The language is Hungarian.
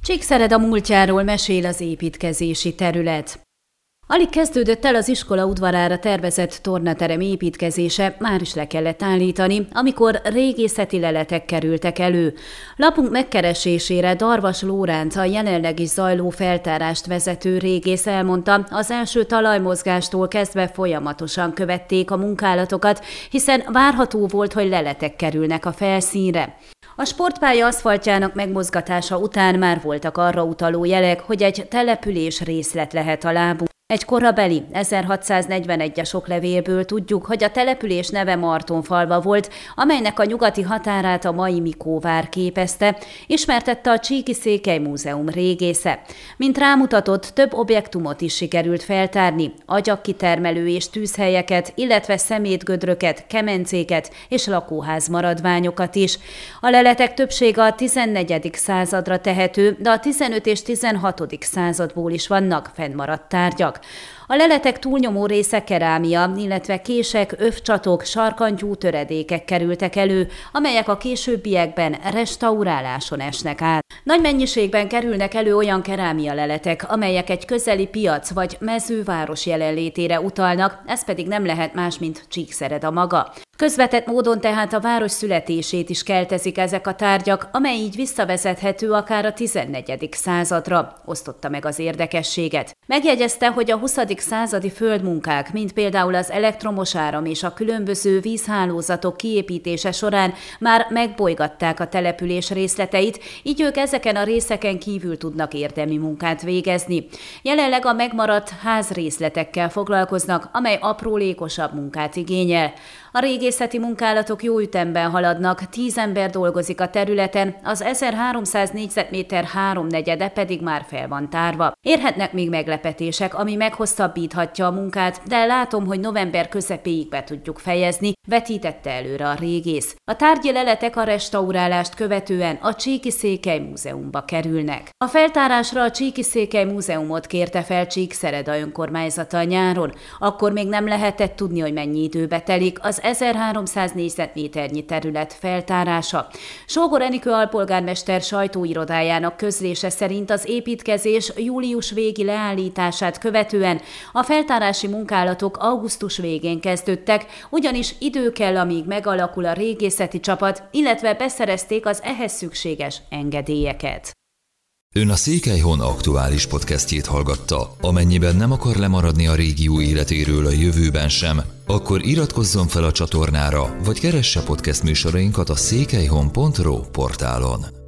Csíkszereda múltjáról mesél az építkezési terület. Alig kezdődött el az iskola udvarára tervezett tornaterem építkezése, már is le kellett állítani, amikor régészeti leletek kerültek elő. Lapunk megkeresésére Darvas Lóránc, a jelenleg is zajló feltárást vezető régész elmondta, az első talajmozgástól kezdve folyamatosan követték a munkálatokat, hiszen várható volt, hogy leletek kerülnek a felszínre. A sportpálya aszfaltjának megmozgatása után már voltak arra utaló jelek, hogy egy település részlet lehet a lábunk. Egy korabeli 1641-es oklevélből tudjuk, hogy a település neve Martonfalva volt, amelynek a nyugati határát a mai Mikóvár képezte, ismertette a Csíki-Székely Múzeum régésze. Mint rámutatott, több objektumot is sikerült feltárni, agyakkitermelő és tűzhelyeket, illetve szemétgödröket, kemencéket és lakóház maradványokat is. A leletek többsége a 14. századra tehető, de a 15. és 16. századból is vannak fennmaradt tárgyak. A leletek túlnyomó része kerámia, illetve kések, övcsatok, sarkantyú töredékek kerültek elő, amelyek a későbbiekben restauráláson esnek át. Nagy mennyiségben kerülnek elő olyan kerámia leletek, amelyek egy közeli piac vagy mezőváros jelenlétére utalnak, ez pedig nem lehet más, mint Csíkszereda maga. Közvetett módon tehát a város születését is keltezik ezek a tárgyak, amely így visszavezethető akár a 14. századra, osztotta meg az érdekességet. Megjegyezte, hogy a 20. századi földmunkák, mint például az elektromos áram és a különböző vízhálózatok kiépítése során már megbolygatták a település részleteit, így ők ezeken a részeken kívül tudnak érdemi munkát végezni. Jelenleg a megmaradt házrészletekkel foglalkoznak, amely aprólékosabb munkát igényel. A régészeti munkálatok jó ütemben haladnak, 10 ember dolgozik a területen, az 1300 négyzetméter háromnegyede pedig már fel van tárva. Érhetnek még meglepetések, ami meghosszabbíthatja a munkát, de látom, hogy november közepéig be tudjuk fejezni, vetítette előre a régész. A tárgyi leletek a restaurálást követően a Csíki-Székely Múzeumba kerülnek. A feltárásra a Csíki-Székely Múzeumot kérte fel Csíkszereda önkormányzata nyáron. Akkor még nem lehetett tudni, hogy mennyi időbe telik az 1300 négyzetméternyi terület feltárása. Sógor Enikő alpolgármester sajtóirodájának közlése szerint az építkezés július végi leállítását követően a feltárási munkálatok augusztus végén kezdődtek, ugyanis idő kell, amíg megalakul a régészeti csapat, illetve beszerezték az ehhez szükséges engedélyeket. Ön a Székelyhon aktuális podcastjét hallgatta. Amennyiben nem akar lemaradni a régió életéről a jövőben sem, akkor iratkozzon fel a csatornára, vagy keresse podcast műsorainkat a székelyhon.ro portálon.